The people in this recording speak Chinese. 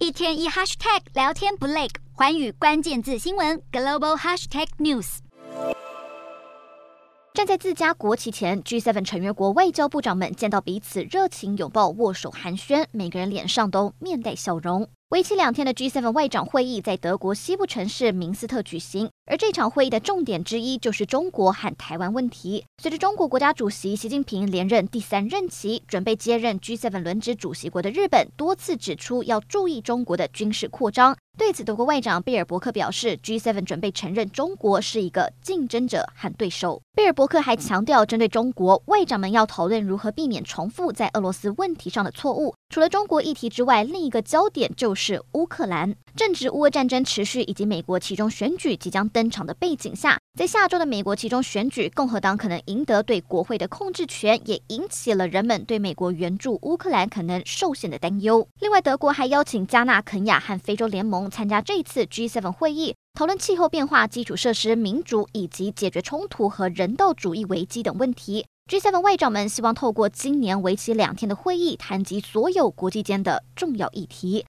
一天一 hashtag 聊天不累，寰宇关键字新闻 global hashtag news。 站在自家国旗前 ，G7 成员国外交部长们见到彼此，热情拥抱、握手寒暄，每个人脸上都面带笑容。为期2天的 G7 外长会议在德国西部城市明斯特举行，而这场会议的重点之一就是中国和台湾问题。随着中国国家主席习近平连任第3任期，准备接任 G7 轮值主席国的日本多次指出要注意中国的军事扩张。对此，德国外长贝尔伯克表示 ，G7 准备承认中国是一个竞争者和对手。贝尔伯克还强调，针对中国，外长们要讨论如何避免重复在俄罗斯问题上的错误。除了中国议题之外，另一个焦点就是乌克兰。正值乌俄战争持续以及美国期中选举即将登场的背景下，在下周的美国期中选举，共和党可能赢得对国会的控制权，也引起了人们对美国援助乌克兰可能受限的担忧。另外，德国还邀请加纳、肯亚和非洲联盟参加这次 G7 会议，讨论气候变化、基础设施、民主以及解决冲突和人道主义危机等问题。G7 外长们希望透过今年为期2天的会议，谈及所有国际间的重要议题。